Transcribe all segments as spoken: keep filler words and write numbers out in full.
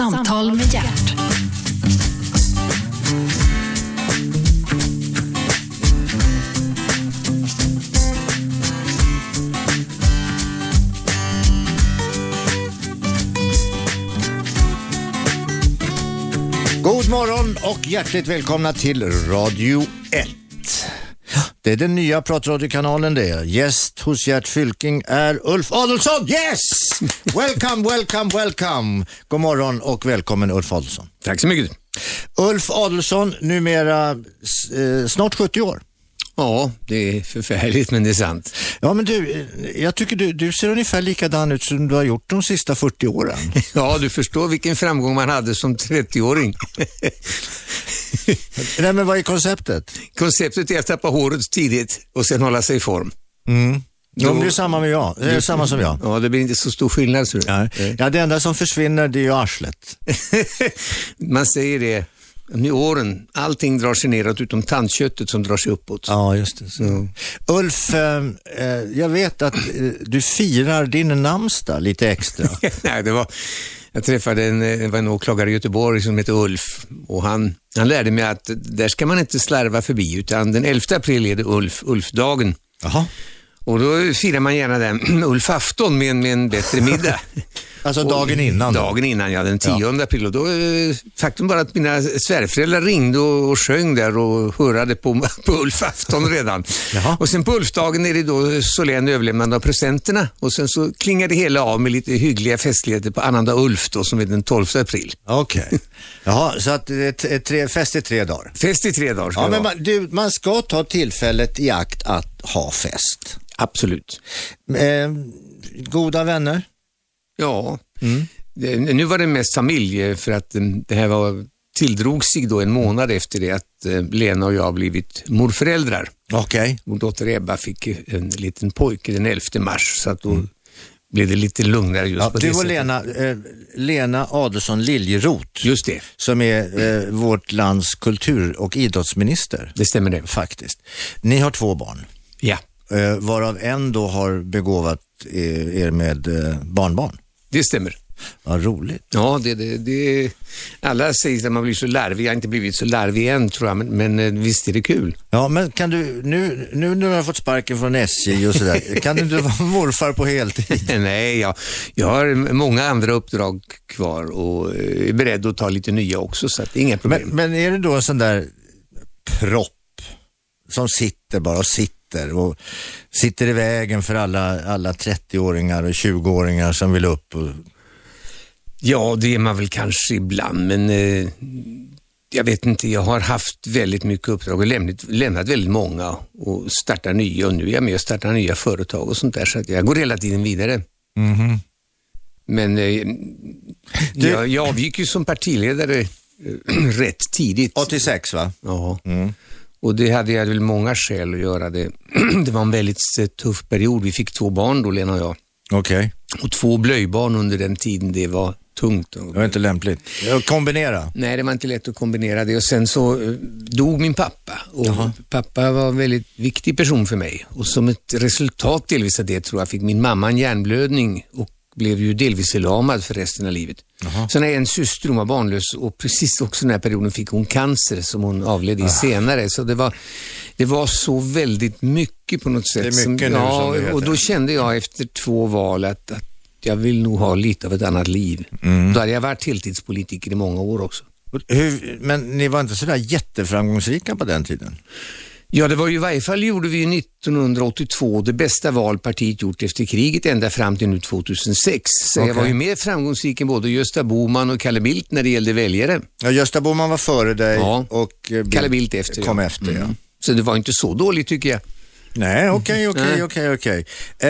Samtal med Hjärt. God morgon och hjärtligt välkomna till Radio ett. Det är den nya pratradiokanalen det är. Gäst hos Gert Fylking är Ulf Adelsson. Yes! Welcome, welcome, welcome. God morgon och välkommen Ulf Adelsson. Tack så mycket. Ulf Adelsson, numera eh, snart sjuttio år. Ja, det är förfärligt men det är sant. Ja, men du, jag tycker du, du ser ungefär likadan ut som du har gjort de sista fyrtio åren. Ja, du förstår vilken framgång man hade som trettioåring. Nej, men vad är konceptet? Konceptet är att tappa håret tidigt och sen hålla sig i form. Mm. Då, det är samma med jag. Det är samma som jag. Ja, det blir inte så stor skillnad. Så. Ja. ja, det enda som försvinner det är ju arslet. Man säger det. Med åren, allting drar sig neråt utom tandköttet som drar sig uppåt. Ja, just det. Så. Mm. Ulf, eh, jag vet att eh, du firar din namnsdag lite extra. Nej, det var... Jag träffade en, det var en åklagare i Göteborg som heter Ulf och han, han lärde mig att där ska man inte slarva förbi utan den elfte april är det Ulf, Ulfdagen. Jaha. Och då firar man gärna den Ulfafton med en, med en bättre middag. Alltså dagen innan? Då. Dagen innan, ja, den tionde ja. april. Och då faktum bara att mina svärföräldrar ringde och, och sjöng där och hörade på, på Ulfafton redan. Jaha. Och sen på Ulfdagen är det då solän överlämnande av presenterna. Och sen så klingar det hela av med lite hyggliga festligheter på annandag Ulf då, som är den tolfte april. Okej. Okay. Jaha, så att det är tre, fest i tre dagar? Fest i tre dagar ska ja, det men vara. man, du, man ska ta tillfället i akt att ha fest. Absolut. Eh, goda vänner? Ja, mm. det, nu var det mest familj för att det här var tilldrog sig då en månad efter det att eh, Lena och jag blivit morföräldrar. Okej. Okay. Vår dotter Ebba fick en liten pojke den elfte mars så att då mm. blev det lite lugnare just ja, på det det var sättet. Lena, eh, Lena Adelsson Liljeroth. Just det. Som är eh, vårt lands kultur- och idrottsminister. Det stämmer det. Faktiskt. Ni har två barn. Ja. Eh, varav en då har begåvat er, er med eh, barnbarn. Det stämmer. Vad roligt. Ja, det, det, det, alla säger att man blir så larvig. Jag har inte blivit så larvig än tror jag, men, men visst är det kul. Ja, men kan du, nu, nu när du har fått sparken från S J och sådär, kan du inte vara morfar på heltid? Nej, jag, jag har många andra uppdrag kvar och är beredd att ta lite nya också, så att det är inga problem. Men, men är det då en sån där propp som sitter bara och sitter och sitter i vägen för alla, alla trettioåringar och tjugoåringar som vill upp och... Ja, det är man väl kanske ibland, men eh, jag vet inte, jag har haft väldigt mycket uppdrag och lämnat, lämnat väldigt många och startat nya och nu är jag med och startar nya företag och sånt där så att jag går hela tiden vidare. Mm-hmm. Men eh, du... jag, jag avgick ju som partiledare eh, rätt tidigt. åttiosex va? Ja, mm. och det hade jag väl många skäl att göra det. Det var en väldigt tuff period, vi fick två barn då, Lena och jag. Okej. Okay. Och två blöjbarn under den tiden, det var tungt. Det var inte lämpligt. Att kombinera? Nej, det var inte lätt att kombinera det. Och sen så uh, dog min pappa. Och Jaha. Pappa var en väldigt viktig person för mig. Och som ett resultat delvis av det tror jag fick min mamma en hjärnblödning och blev ju delvis förlamad för resten av livet. Jaha. Sen är en syster, hon var barnlös och precis också den här perioden fick hon cancer som hon avled i ah. senare. Så det var, det var så väldigt mycket på något sätt. Det är mycket som, nu ja, som det heter. Och då kände jag efter två val att, att jag vill nog ha lite av ett annat liv. Mm. Då hade jag varit heltidspolitiker i många år också. Hur, men ni var inte så där jätteframgångsrika på den tiden? Ja, det var ju i varje fall gjorde vi nittonhundraåttiotvå det bästa val partiet gjort efter kriget ända fram till nu tvåtusensex. Så okay. Jag var ju mer framgångsrik än både Gösta Bohman och Kalle Bildt när det gällde väljare. Ja, Gösta Bohman var före dig ja. och eh, Kalle Bildt efter. Kom ja. efter, mm. ja. Så det var inte så dåligt tycker jag. Nej, okej, okej, okej, okej.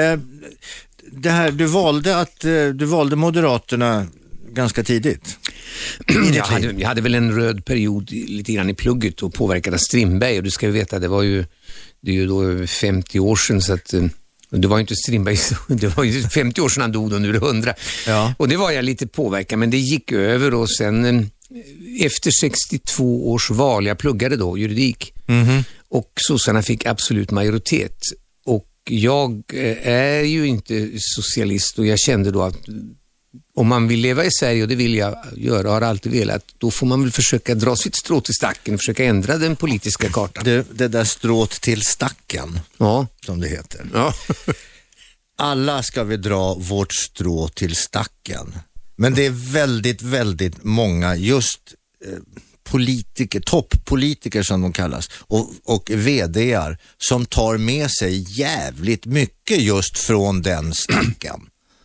Det här, du valde att eh, du valde Moderaterna ganska tidigt. Jag hade, jag hade väl en röd period lite grann i plugget och påverkade Strindberg och du ska ju veta, det var ju det är ju då femtio år sedan så att det var ju inte Strindberg, det var ju femtio år sedan han dog och nu är det hundra. Ja. Och det var jag lite påverkad men det gick över och sen efter sextiotvå års val, jag pluggade då juridik mm-hmm. och sossarna fick absolut majoritet och jag är ju inte socialist och jag kände då att om man vill leva i Sverige, och det vill jag göra och har alltid velat, då får man väl försöka dra sitt strå till stacken och försöka ändra den politiska kartan. Det, det där stråt till stacken, ja. som det heter. Ja. Alla ska vi dra vårt strå till stacken. Men det är väldigt, väldigt många just eh, politiker, toppolitiker som de kallas, och, och vd:ar som tar med sig jävligt mycket just från den stacken.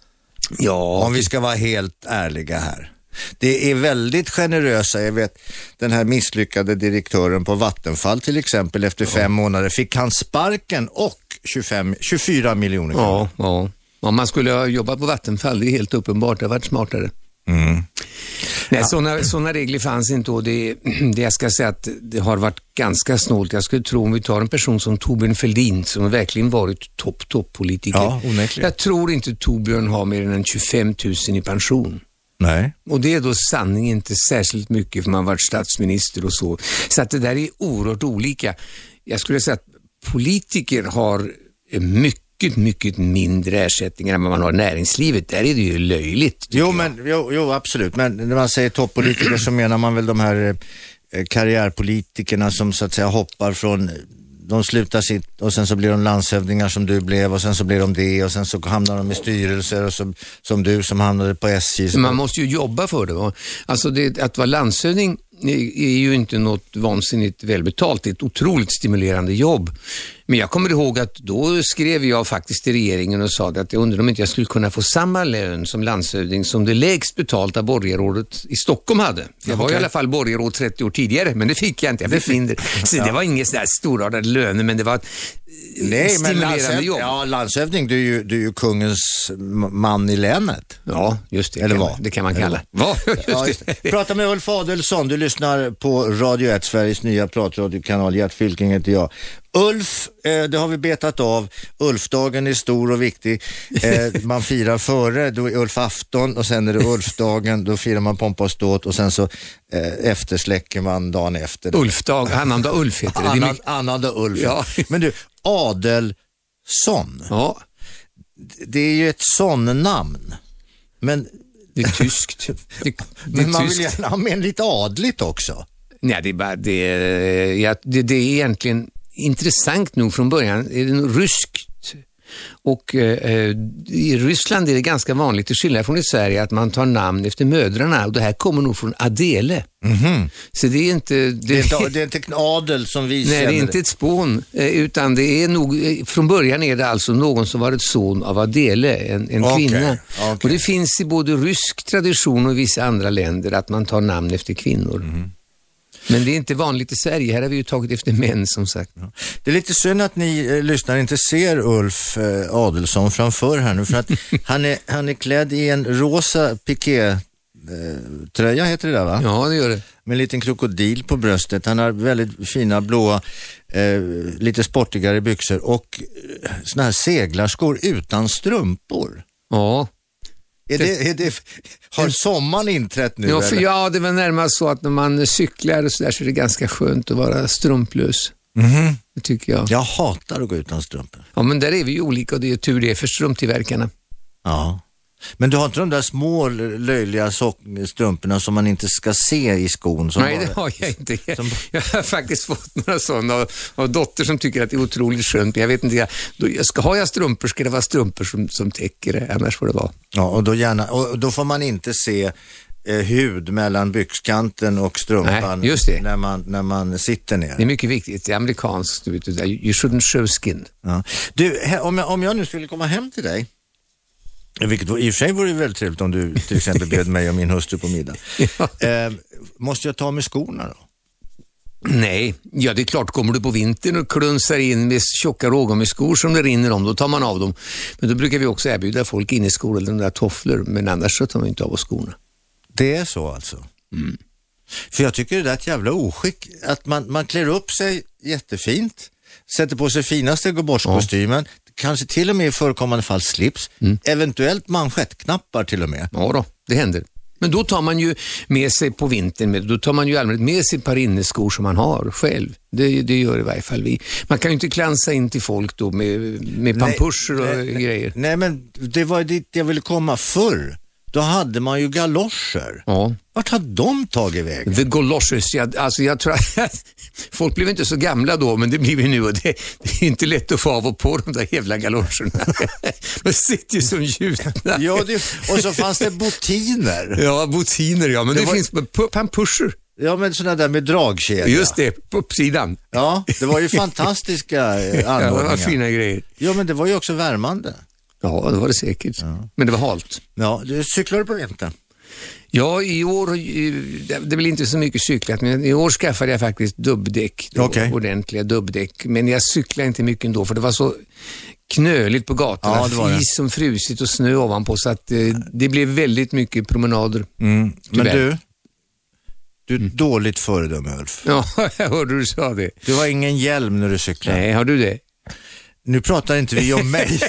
Ja. Om vi ska vara helt ärliga här. Det är väldigt generösa, jag vet, den här misslyckade direktören på Vattenfall till exempel, efter ja. fem månader fick han sparken och tjugofem, tjugofyra miljoner kronor. Ja, ja. Om man skulle ha jobbat på Vattenfall, det är helt uppenbart, det har varit smartare. Mm. Nej, sådana, sådana regler fanns inte, och det, det jag ska säga att det har varit ganska snålt. Jag skulle tro, om vi tar en person som Torbjörn Fälldin, som verkligen varit topp, topp politiker. Ja, onekligen. Jag tror inte Torbjörn har mer än tjugofem tusen i pension. Nej. Och det är då sanning inte särskilt mycket, för man har varit statsminister och så. Så att det där är oerhört olika. Jag skulle säga att politiker har mycket mycket, mycket mindre ersättningar än vad man har i näringslivet. Där är det ju löjligt. Jo, men, jo, jo, absolut. Men när man säger toppolitiker så menar man väl de här eh, karriärpolitikerna som så att säga hoppar från, de slutar sitt och sen så blir de landshövdingar som du blev, och sen så blir de det, och sen så hamnar de i styrelser och så, som du som hamnade på S J. Man måste ju jobba för det. Alltså det, att vara landshövding är ju inte något vansinnigt välbetalt. Det är ett otroligt stimulerande jobb. Men jag kommer ihåg att då skrev jag faktiskt till regeringen och sa att jag undrar om inte jag skulle kunna få samma lön som landshövding som det lägst betalta borgarrådet i Stockholm hade. Jag var okay. i alla fall borgarråd trettio år tidigare, men det fick jag inte. Jag fick mindre. Så ja. Det var ingen sån där storartad löner, men det var ett Nej, stimulerande men jobb. Ja, landshövding, du är ju, du är ju kungens man i länet. Ja, just det. Eller kan vad? Man, det kan man kalla. Va? Just ja, just det. Prata med Ulf Adelsson. Du lyssnar på Radio ett, Sveriges nya pratradiokanal. Gert Fylking heter jag. Ulf, eh, det har vi betat av. Ulfdagen är stor och viktig. Eh, man firar före, då är Ulf afton, och sen är det Ulfdagen, då firar man pompa och ståt, och sen så eh, eftersläcker man dagen efter. Ulfdag, annandag Ulf heter det. Annan, annandag Ulf. Ja. Men du, Adelsson. Ja. Det är ju ett sån-namn. Men det är tyskt. Det, det men är man tyskt. vill gärna ha med lite adligt också. Nej, det är bara det, ja, det, det är egentligen intressant nog från början. Är det nog ryskt? Och eh, i Ryssland är det ganska vanligt, till skillnad från i Sverige, att man tar namn efter mödrarna, och det här kommer nog från Adele. Mm-hmm. Så det är inte det, det, är, det är inte adel som vi nej, känner. Nej, det är inte ett spån, utan det är nog, från början är det alltså någon som var ett son av Adele, en, en okay, kvinna. okay. Och det finns i både rysk tradition och i vissa andra länder att man tar namn efter kvinnor. Mm. Men det är inte vanligt i Sverige. Här har vi ju tagit efter män, som sagt. Ja. Det är lite synd att ni eh, lyssnar inte ser Ulf eh, Adelsson framför här nu. För att han, är, han är klädd i en rosa piké eh, tröja, heter det där, va? Ja, det gör det. Med en liten krokodil på bröstet. Han har väldigt fina blåa, eh, lite sportigare byxor. Och eh, såna här seglarskor utan strumpor. Ja. Är det, är det, har sommaren inträtt nu? Ja, för eller? ja, det var närmast så att när man cyklar och så där så är det ganska skönt att vara strumplös. Mm-hmm. Det tycker jag. Jag hatar att gå utan strumpor. Ja, men där är vi ju olika, och det är tur det för strumptillverkarna. Ja. Men du har inte de där små löjliga strumporna som man inte ska se i skon? Som Nej, bara, det har jag inte. Som... Jag har faktiskt fått några sådana av, av dotter som tycker att det är otroligt skönt. Men jag vet inte, jag, då, jag ska, har jag strumpor ska det vara strumpor som, som täcker det, annars får det vara. Ja, och då, gärna, och då får man inte se eh, hud mellan byxkanten och strumpan. Nej, just det. När, man, när man sitter ner. Det är mycket viktigt, det är amerikanskt. Du vet, you shouldn't show skin. Ja. Du, om jag, om jag nu skulle komma hem till dig, vilket i och för sig vore väldigt trevligt om du till exempel bjöd mig och min hustru på middag. Ja. Eh, måste jag ta med skorna då? Nej, ja det är klart, kommer du på vintern och klunsar in med tjocka rågummiskor som det rinner om, då tar man av dem. Men då brukar vi också erbjuda folk in i skor eller de där tofflor, men annars så tar man inte av oss skorna. Det är så alltså? Mm. För jag tycker det är ett jävla oskick att man, man klär upp sig jättefint, sätter på sig finaste gå-bort-kostymen, ja. Kanske till och med i förekommande fall slips, mm. eventuellt manschettknappar till och med. Ja då, det händer. Men då tar man ju med sig på vintern, med, då tar man ju allmänt med sig ett par inneskor som man har själv. Det, det gör i varje fall vi. Man kan ju inte klansa in till folk då med, med pampuscher och nej, grejer. Nej, men det var dit jag ville komma förr. då hade man ju galoscher. Ja. Vart har de tagit vägen? The galoshes, jag, alltså jag tror att folk blev inte så gamla då, men det blir vi nu och det, det är inte lätt att få av och på de där jävla galoscherna. De sitter ju som gjutna. Ja, det, och så fanns det botiner. Ja, botiner, ja, men det, det var... finns pampusher. Ja, men sådana där med dragkedja. Just det, på uppsidan. Ja, det var ju fantastiska anordningar. Ja, det var fina grejer. Ja, men det var ju också värmande. Ja, det var det säkert. Ja. Men det var halt. Ja, du cyklar på vintern. Ja, i år, det blir inte så mycket cyklat, men i år skaffade jag faktiskt dubbdäck. Okay. Ordentliga dubbdäck. Men jag cyklade inte mycket ändå, för det var så knöligt på gatorna. Ja, det var det. Fis som frusit och snö ovanpå, så att eh, det blev väldigt mycket promenader. Mm. Men du, du är mm. dåligt föredöme, Ulf. Ja, jag hörde du sa det. Du har ingen hjälm när du cyklar. Nej, har du det? Nu pratar inte vi om mig.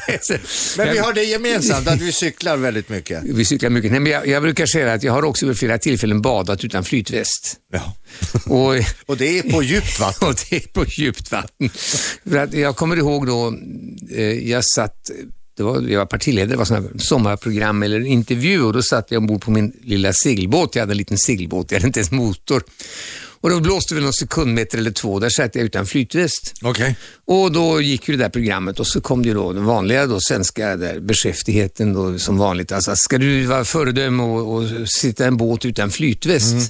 Men vi har det gemensamt att vi cyklar väldigt mycket. Vi cyklar mycket. Nej, men jag, jag brukar säga att jag har också vid flera tillfällen badat utan flytväst. Ja. Och, och det är på djupt vatten. Och det är på djupt vatten. För att jag kommer ihåg då, eh, jag satt, det var, jag var partiledare, det var sådana här sommarprogram eller intervju, och då satt jag ombord på min lilla segelbåt. Jag hade en liten segelbåt, jag hade inte ens motor. Och då blåste väl någon sekundmeter eller två, där satt jag utan flytväst. Okay. Och då gick ju det där programmet, och så kom det ju då den vanliga då, svenska där, beskäftigheten då, som vanligt. Alltså, ska du vara föredöme och, och sitta i en båt utan flytväst? Mm.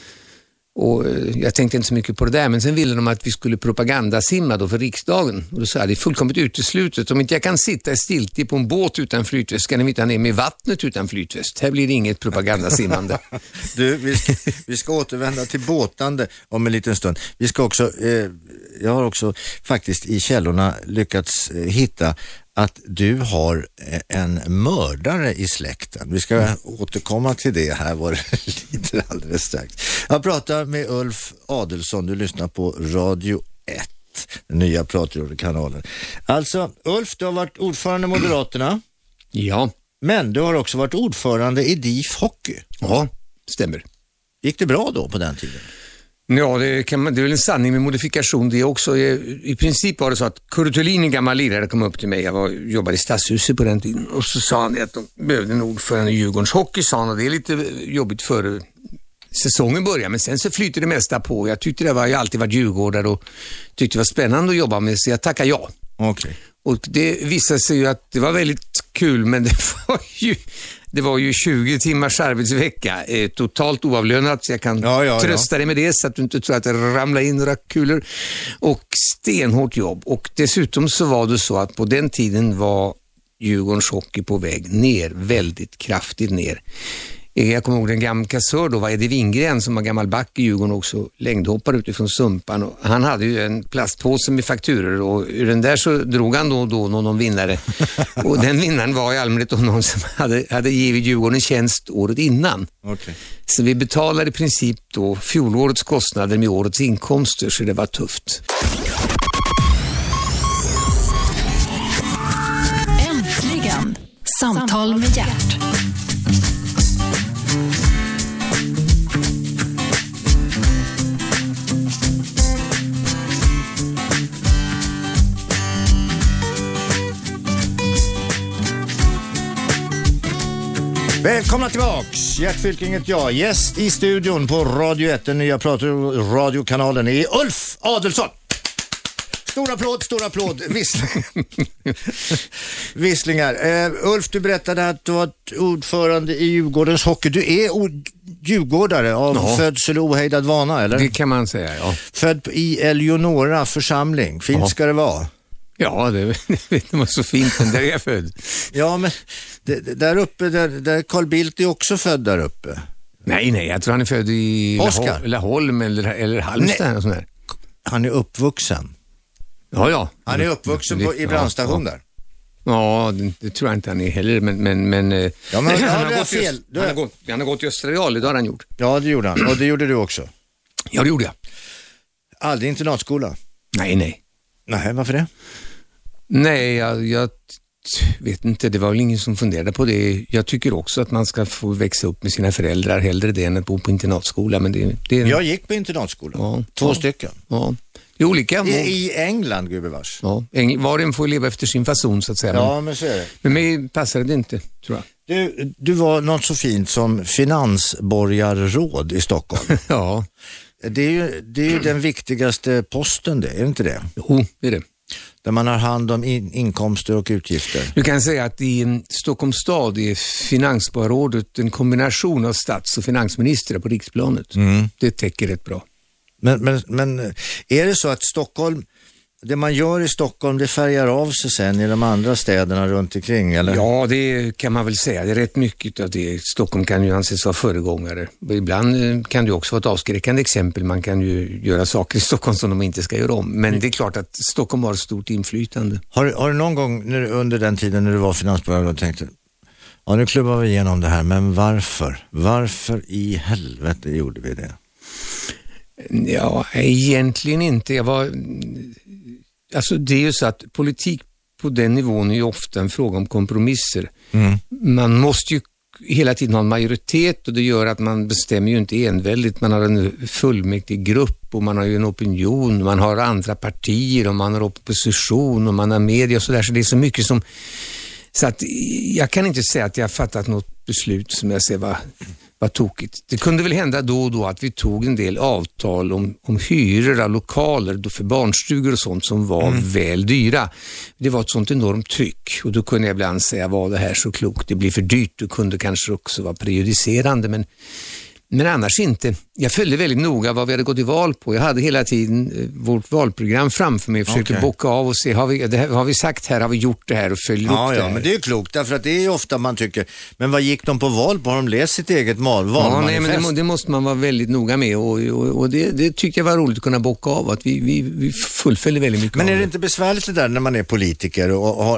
Och jag tänkte inte så mycket på det där, men sen ville de att vi skulle propagandasimma då för riksdagen. Och då sa jag, det är fullkomligt uteslutet. Om inte jag kan sitta i stiltje på en båt utan flytväst, ska ni inte ha ner med vattnet utan flytväst. Här blir det inget propagandasimmande. Du, vi ska, vi ska återvända till båtande om en liten stund. Vi ska också, eh, jag har också faktiskt i källorna lyckats eh, hitta att du har en mördare i släkten. Vi ska mm. återkomma till det här var det lite alldeles strax. Jag pratar med Ulf Adelsson. Du lyssnar på Radio ett, den nya pratradiokanalen. Alltså, Ulf, du har varit ordförande i Moderaterna. Ja. Men du har också varit ordförande i D I F Hockey. Ja, stämmer. Gick det bra då på den tiden? Ja, det, kan man, det är väl en sanning med modifikation. Det är också, i princip var det så att Kurre Thulin, en gammal lirare, kom upp till mig. Jag var, jobbade i Stadshuset på den tiden. Och så sa han att de behövde en ordförande i Djurgårdens hockey, sa han, och det är lite jobbigt före säsongen började. Men sen så flyter det mesta på. Jag tyckte det var, jag alltid varit djurgårdare och tyckte det var spännande att jobba med, så jag tackade ja. Okay. Och det visade sig ju att det var väldigt kul, men det var ju... Det var ju tjugo timmars arbetsvecka, eh, totalt oavlönat, så jag kan ja, ja, trösta ja. dig med det så att du inte tror att det ramlar in några kulor. Och stenhårt jobb. Och dessutom så var det så att på den tiden var Djurgårdens hockey på väg ner, väldigt kraftigt ner. Jag kommer ihåg den gamla kassör då var Eddie Wingren, som var gammal back i Djurgården också, längdhoppare utifrån Sumpan, och han hade ju en plastpåse med fakturer, och ur den där så drog han då och då någon vinnare. Och den vinnaren var i allmänhet någon som hade, hade givit Djurgården tjänst året innan. Okay. Så vi betalade i princip då fjolårets kostnader med årets inkomster, så det var tufft. Äntligen, Samtal med Hjärt. Välkomna tillbaks, Gert Fylking heter jag. Gäst i studion på Radio ett, den nya pratradiokanalen, är Ulf Adelsson. Stora applåd, stora applåd, Vissling. Visslingar. Uh, Ulf, du berättade att du var ordförande i Djurgårdens hockey. Du är o- djurgårdare av ja. födsel och ohejdad vana, eller? Det kan man säga, ja. Född i Eleonora församling. Fint ja. ska det vara. Ja, det vet inte vad så fint, men där är jag född. Ja, men det, där uppe, där, där Carl Bildt är också född där uppe. Nej, nej, jag tror han är född i Laholm, Laholm eller, eller Halmstad. Och sån där. Han är uppvuxen. Ja, ja. Han är uppvuxen på, i brandstation ja, där. Ja, det, det tror jag inte han är heller, men... men, men, ja, men han, han, har har fel. Just, han, har gått, han har gått i Östra Real, det har han gjort. Ja, det gjorde han. Och det gjorde du också. Ja, det gjorde jag. Aldrig internatskola? Nej, nej. Nej, varför det? Nej, jag, jag vet inte. Det var väl ingen som funderade på det. Jag tycker också att man ska få växa upp med sina föräldrar, hellre det än att bo på internatskola. Men det, det... Jag gick på internatskola. Ja, Två ja, stycken. Ja. Det är olika. I, i England, gubevars. Ja, Engl- var och en får leva efter sin fason så att säga. Ja, men så är det. Men mig passade det inte, tror jag. Du, du var något så fint som finansborgarråd i Stockholm. Ja. Det är ju, det är ju den viktigaste posten, det är det inte det? Jo, det är det. Där man har hand om in, inkomster och utgifter. Du kan säga att i Stockholms stad är finansborgarrådet en kombination av stats- och finansministrar på riksplanet. Mm. Det täcker rätt bra. Men, men, men är det så att Stockholm, det man gör i Stockholm, det färgar av sig sen i de andra städerna runt omkring, eller? Ja, det kan man väl säga. Det är rätt mycket av det. Stockholm kan ju anses vara föregångare. Ibland kan det också vara ett avskräckande exempel. Man kan ju göra saker i Stockholm som de inte ska göra om. Men det är klart att Stockholm har stort inflytande. Har, har du någon gång när, under den tiden när du var finansborgarråd tänkte, ja nu klubbar vi igenom det här, men varför? Varför i helvete gjorde vi det? Ja, egentligen inte. Jag var... Alltså det är ju så att politik på den nivån är ju ofta en fråga om kompromisser. Mm. Man måste ju hela tiden ha en majoritet och det gör att man bestämmer ju inte enväldigt. Man har en fullmäktig grupp och man har ju en opinion, man har andra partier och man har opposition och man har media och sådär. Så det är så mycket som... Så att jag kan inte säga att jag har fattat något beslut som jag ser var... var tokigt. Det kunde väl hända då och då att vi tog en del avtal om, om hyror av lokaler då för barnstugor och sånt som var mm. väl dyra. Det var ett sånt enormt tryck och då kunde jag ibland säga, var det här så klokt? Det blir för dyrt och kunde kanske också vara prejudicerande, men Men annars inte. Jag följde väldigt noga vad vi hade gått i val på. Jag hade hela tiden eh, vårt valprogram framför mig och försökte okay. bocka av och se, har vi, det här, har vi sagt här, har vi gjort det här och följer ja, upp det ja, här. Men det är ju klokt, därför att det är ju ofta man tycker, men vad gick de på val på? Har de läst sitt eget val, valmanifest? Ja, nej, men det, det måste man vara väldigt noga med och, och, och det, det tyckte jag var roligt att kunna bocka av, att vi, vi, vi fullföljer väldigt mycket. Men är det, det inte besvärligt det där när man är politiker och, och har,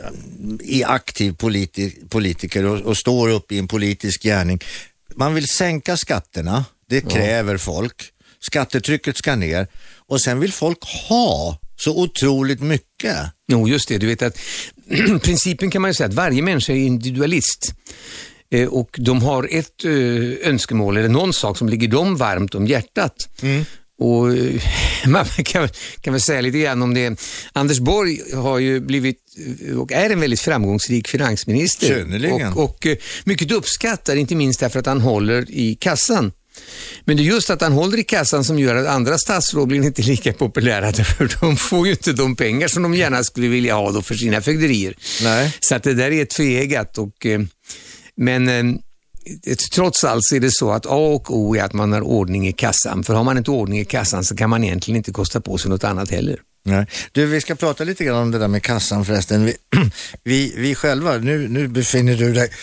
är aktiv politi, politiker och, och står upp i en politisk gärning? Man vill sänka skatterna, det kräver ja. folk. Skattetrycket ska ner och sen vill folk ha så otroligt mycket. Jo, just det. Du vet att principen kan man ju säga att varje människa är individualist. Eh, och de har ett eh, önskemål eller någon sak som ligger dem varmt om hjärtat. Mm. Och man kan, kan väl säga lite grann om det. Anders Borg har ju blivit och är en väldigt framgångsrik finansminister. Och, och mycket uppskattar, inte minst därför att han håller i kassan. Men det är just att han håller i kassan som gör att andra statsråd blir inte lika populära, för de får ju inte de pengar som de gärna skulle vilja ha då för sina fögderier. Nej. Så att det där är ett förlegat och men trots allt så är det så att A och O är att man har ordning i kassan. För har man inte ordning i kassan så kan man egentligen inte kosta på sig något annat heller. Nej. Du, vi ska prata lite grann om det där med kassan förresten. Vi, vi, vi själva, nu, nu befinner du dig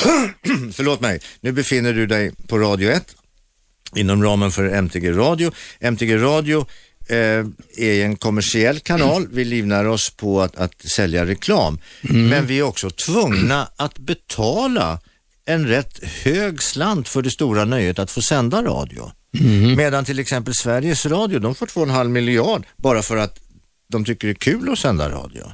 förlåt mig, nu befinner du dig på Radio ett inom ramen för M T G Radio. M T G Radio eh, är en kommersiell kanal. Vi livnär oss på att, att sälja reklam. Mm. Men vi är också tvungna att betala en rätt hög slant för det stora nöjet att få sända radio. Mm. Medan till exempel Sveriges Radio, de får två och en halv miljard bara för att de tycker det är kul att sända radio.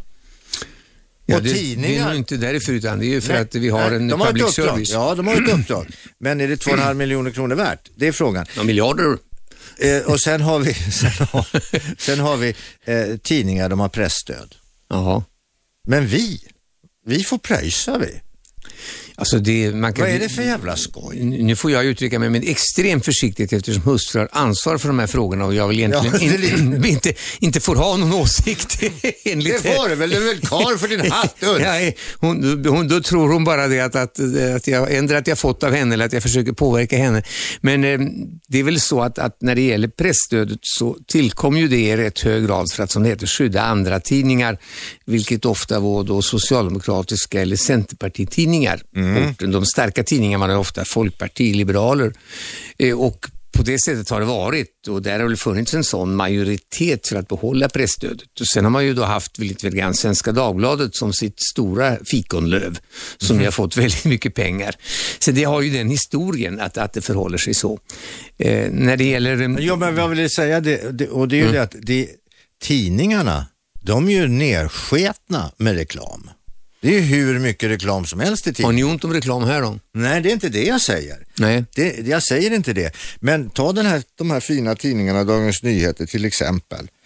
Ja, det, tidningar, det är nog inte därför, utan det är ju för nej, att vi har nej, en har public service. Ja, de har ett uppdrag. Men är det två och en halv miljoner kronor värt? Det är frågan. Ja, miljarder. Eh, och sen har vi, sen har, sen har vi eh, tidningar, de har pressstöd. Jaha. Men vi, vi får pröjsa vi. Alltså det, man kan, vad är det för jävla skoj? Nu får jag uttrycka mig med extrem försiktighet eftersom hustru har ansvar för de här frågorna och jag vill egentligen ja, in, inte, inte får ha någon åsikt. Det får du väl, det är väl kar för din hatt. Ja, hon, hon, då tror hon bara det att, att, att jag ändrar att jag fått av henne eller att jag försöker påverka henne. Men eh, det är väl så att, att när det gäller pressstödet så tillkom ju det i rätt hög grad för att som det heter skydda andra tidningar, vilket ofta var då socialdemokratiska eller centerpartitidningar. Mm. Mm. De starka tidningarna var ofta folkparti, liberaler eh, och på det sättet har det varit och där har det funnits en sån majoritet för att behålla pressstödet. Och sen har man ju då haft väldigt, väldigt grann Svenska Dagbladet som sitt stora fikonlöv som mm. har fått väldigt mycket pengar. Så det har ju den historien att, att det förhåller sig så. Eh, när det gäller... Ja, men vad vill jag säga det, det, och det är ju mm. det att det, tidningarna, de är ju nersketna med reklam. Det är ju hur mycket reklam som helst i tiden. Har ni ont om reklam här då? Nej, det är inte det jag säger. Nej. Det, jag säger inte det. Men ta den här, de här fina tidningarna, Dagens Nyheter till exempel.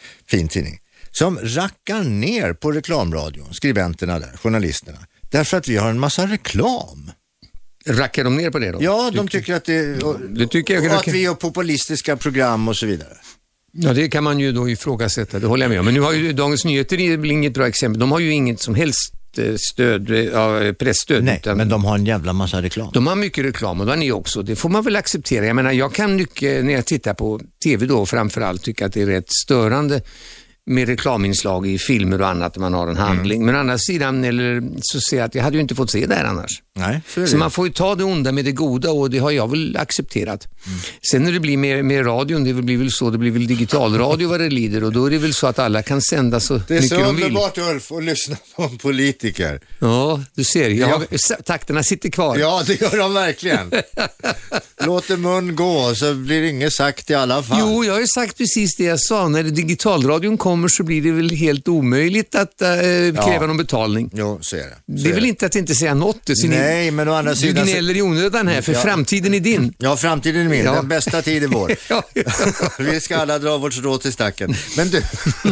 fin tidning, som rackar ner på reklamradion, skribenterna där, journalisterna, därför att vi har en massa reklam. Rackar de ner på det då? Ja, du, de tycker att det, och, du tycker jag och rackar... att vi gör populistiska program och så vidare. Ja, det kan man ju då ifrågasätta, det håller jag med om. Men nu har ju Dagens Nyheter inget bra exempel. De har ju inget som helst stöd, ja, pressstöd. Nej, utan men de har en jävla massa reklam. De har mycket reklam och det har ni också. Det får man väl acceptera. Jag menar, jag kan mycket, när jag tittar på tv då framförallt, tycka att det är rätt störande med reklaminslag i filmer och annat när man har en handling. Mm. Men å andra sidan, eller så ser jag att jag hade ju inte fått se det här annars. Nej, så, så man får ju ta det onda med det goda och det har jag väl accepterat. Mm. Sen när det blir med, med radion, det blir väl så, det blir väl digitalradio vad det lider och då är det väl så att alla kan sända så mycket de vill. Det är så underbart, Ulf, att lyssna på en politiker. Ja, du ser, jag har, ja. takterna sitter kvar. Ja, det gör de verkligen. Låter mun gå så blir inget sagt i alla fall. Jo, jag har ju sagt precis det jag sa. När digitalradion kommer så blir det väl helt omöjligt att äh, kräva ja. någon betalning. Jo, så är det. Så det är är väl det. inte att inte säga något. Så Nej, ni, men å andra sidan... Du gnäller i onödan här, för ja. framtiden är din. Ja, framtiden är min. Ja. Den bästa tid är vår. ja, ja. Vi ska alla dra vårt strå till stacken. Men du,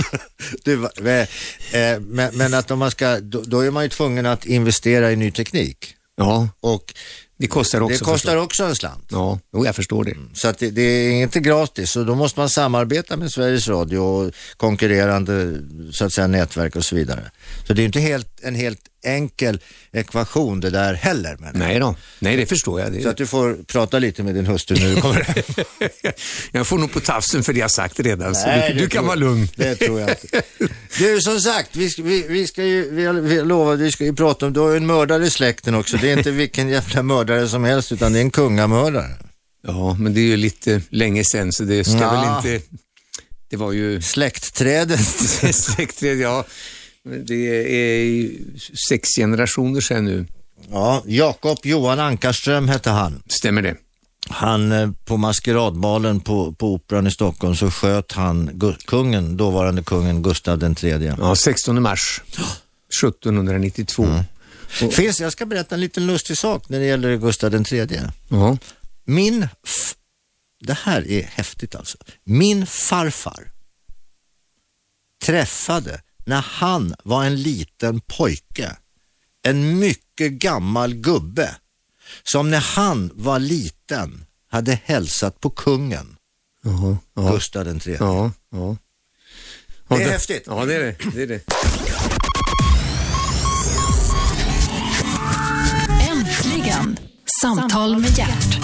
du äh, men, men att om man ska, då, då är man ju tvungen att investera i ny teknik. Ja, och det kostar också. Det kostar också en slant. Ja, jag förstår det. Så att det, det är inte gratis, så då måste man samarbeta med Sveriges Radio och konkurrerande så att säga nätverk och så vidare. Så det är inte helt, en helt enkel ekvation det där heller. Men Nej då, nej det förstår jag. Det så att du får prata lite med din hustru nu du kommer hem. Jag får nog på tafsen för det jag sagt redan, nej, så du, du kan tror, vara lugn. Det tror jag inte. Du, som sagt, vi, ska, vi, vi ska ju, vi, vi lovar, vi ska ju prata om, du har ju en mördare i släkten också. Det är inte vilken jävla mördare som helst, utan det är en kungamördare. Ja, men det är ju lite länge sedan, så det ska ja. väl inte... Det var ju... Släktträdet. Släktträdet, ja. Det är sex generationer sedan nu. Ja, Jakob Johan Ankarström hette han. Stämmer det? Han på maskeradbalen på, på Operan i Stockholm så sköt han kungen, dåvarande kungen Gustav den tredje. Ja, sextonde mars sjuttonhundranittiotvå. Mm. Och... Finns, jag ska berätta en liten lustig sak när det gäller Gustav den tredje. Ja. Min, f... det här är häftigt alltså. Min farfar träffade när han var en liten pojke en mycket gammal gubbe som när han var liten hade hälsat på kungen. Uh-huh, uh-huh. Gustav den tredje. Uh-huh, uh-huh. Det är det, häftigt. Ja, det är det. det, är det. Äntligen. Samtal med Hjärt.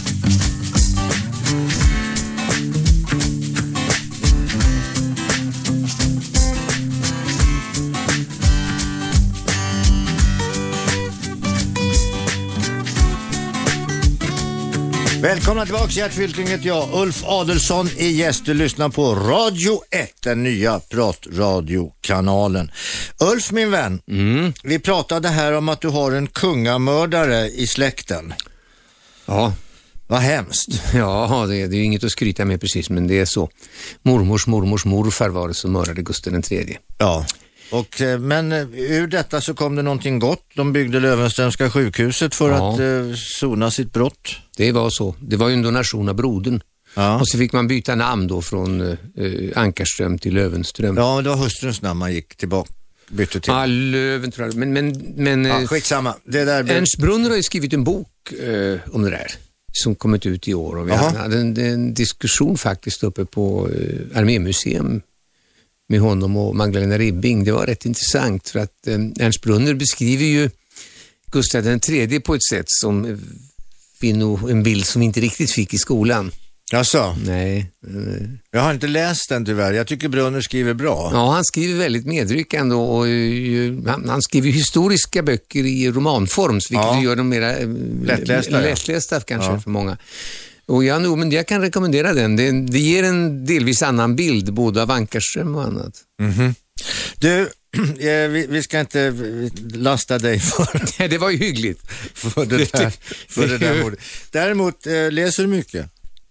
Välkomna tillbaka, Gert Fylking heter jag. Ulf Adelsson är gäst. Du lyssnar på Radio ett, den nya pratradiokanalen. Ulf, min vän, mm. vi pratade här om att du har en kungamördare i släkten. Ja. Vad hemskt. Ja, det är, det är ju inget att skryta med precis, men det är så. Mormors mormors morfar var det som mördade Gustav den tredje. Ja. Och, men ur detta så kom det någonting gott. De byggde Löwenströmska sjukhuset för ja. att eh, sona sitt brott. Det var så. Det var ju en donation av brodern. Ja. Och så fick man byta namn då från eh, Ankarström till Löwenström. Ja, det var hustruns namn man gick tillbaka. Bytte till. Ja, Löven tror jag. Men, men, men, ja, skitsamma. Det där blev... Ernst Brunner har ju skrivit en bok eh, om det där. Som kommit ut i år. Och vi Aha. hade en, en diskussion faktiskt uppe på eh, Armémuseum med honom och Magdalena Ribbing. Det var rätt intressant för att eh, Ernst Brunner beskriver ju Gustav den tredje på ett sätt som eh, vi nog, en bild som vi inte riktigt fick i skolan. Jaså? Nej. Jag har inte läst den tyvärr. Jag tycker Brunner skriver bra. Ja, han skriver väldigt medryckande och, och han, han skriver historiska böcker i romanform, vilket ja. gör dem mera eh, lättlästa, lättlästa kanske ja. för många. Och ja, no, men jag kan rekommendera den. Det, det ger en delvis annan bild både av Ankarström och annat. Mm-hmm. Du, vi, vi ska inte lasta dig för... Nej, det var ju hyggligt. För det där, för det där mordet. Däremot, läser du mycket?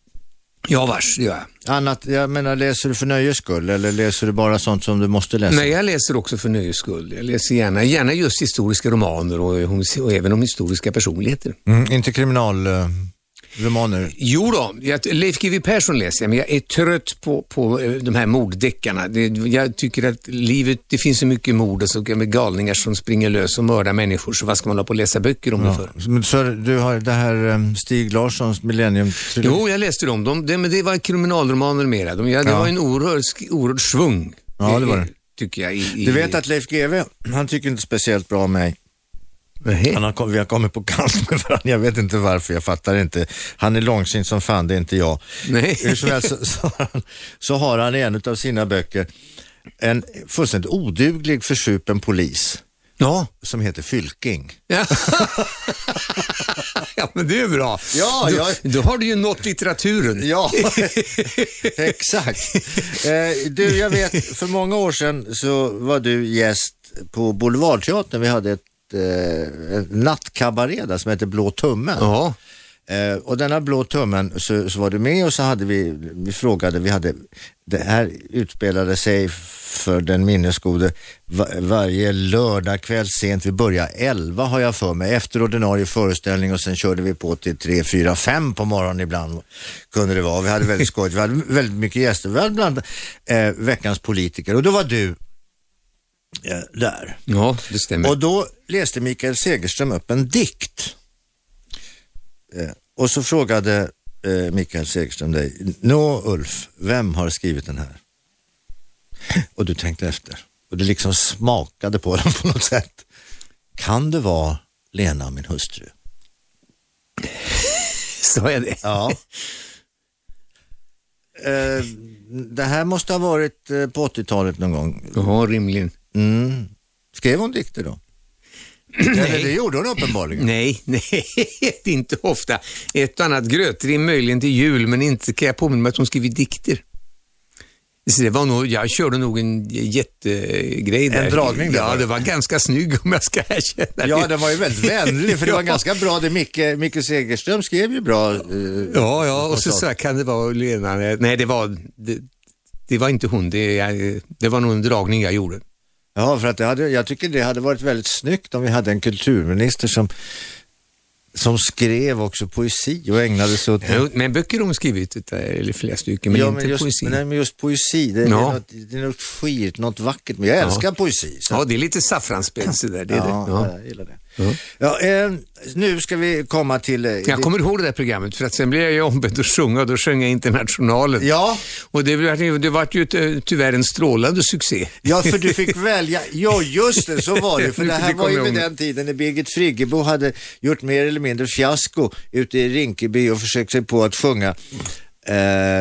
Ja, vars, det gör jag. Annat, jag menar, läser du för nöjes skull eller läser du bara sånt som du måste läsa? Nej, jag läser också för nöjes skull. Jag läser gärna, gärna just historiska romaner och, och, och även om historiska personligheter. Mm, inte kriminal... romaner? Jo då, jag, Leif G W Persson läser jag, men jag är trött på, på de här morddeckarna. Det, jag tycker att livet, det finns så mycket mord och så med galningar som springer lös och mördar människor, så vad ska man ha på att läsa böcker om ja. det för? Så du har det här Stig Larssons Millennium? Jo, jag läste dem. De, det, men det var kriminalromaner mera. De, ja, det ja. var en oerhörd, oerhörd svung. Ja, det var det. Tycker jag. I, i... Du vet att Leif G W, han tycker inte speciellt bra om mig. Han har, vi har kommit på kant med varandra. Jag vet inte varför, jag fattar inte. Han är långsint som fan, det är inte jag. Nej. Hur som helst så, så, har han, så har han i en av sina böcker en fullständigt oduglig försupen polis. Ja. Som heter Fylking. Ja. Ja, men det är bra. Ja, då, jag... då har du ju nått litteraturen. Ja, exakt. Eh, du, jag vet, för många år sedan så var du gäst på Boulevardteatern. Vi hade ett eh, nattkabaré där som heter Blå tummen. Ja. Eh, och denna Blå tummen så, så var du med, och så hade vi, vi frågade, vi hade, det här utspelade sig för den minnesgode var, varje lördagkväll sent. Vi började elva har jag för mig, efter ordinarie föreställning, och sen körde vi på till tre, fyra, fem på morgonen ibland kunde det vara. Vi hade väldigt skoj, vi hade väldigt mycket gäster, vi hade bland eh, veckans politiker, och då var du eh, där. Ja, det stämmer. Och då läste Mikael Segerström upp en dikt. Eh, och så frågade eh, Mikael Segerström dig, nå Ulf, vem har skrivit den här? Och du tänkte efter. Och det liksom smakade på den på något sätt. Kan det vara Lena, min hustru? Så är det. Ja. Eh, det här måste ha varit eh, på åttiotalet någon gång. Ja, rimligen. Mm. Skrev hon dikter då? Eller det gjorde hon uppenbarligen. Nej, nej, det är inte ofta. Ett och annat grötrim möjligen till jul, men inte kan jag påminna mig att hon skrivit dikter. Så det var nog, jag körde nog en jättegrej där. En dragning där. Ja, det var ganska snygg om jag ska erkänna. Ja, det var ju väldigt vänlig, för det var ganska bra. Det Micke, Micke Segerström skrev ju bra. Eh, ja, ja, och så, så kan det vara Lena. Nej, det var, det, det var inte hon. Det, jag, det var nog en dragning jag gjorde. Ja, för att det hade, jag tycker det hade varit väldigt snyggt om vi hade en kulturminister som som skrev också poesi och ägnade sig åt... Ja, men böcker har hon skrivit, eller flera stycken, men ja, inte men just, poesi. Men, men just poesi, det är, ja. något, det är något skirt, något vackert, men jag älskar ja. poesi. Så. Ja, det är lite saffransspets där, det är ja, det. Ja, jag gillar det. Ja. Ja, eh, nu ska vi komma till... Eh, jag kommer ihåg det där programmet, för att sen blev jag ju ombedd att sjunga, och då sjöng jag Internationalen. Ja. Och det var, det var ju tyvärr en strålande succé. Ja, för du fick välja. Ja, just det, så var det. För det här var ju vid den tiden när Birgit Friggebo hade gjort mer eller mindre fiasko ute i Rinkeby och försökt sig på att sjunga eh,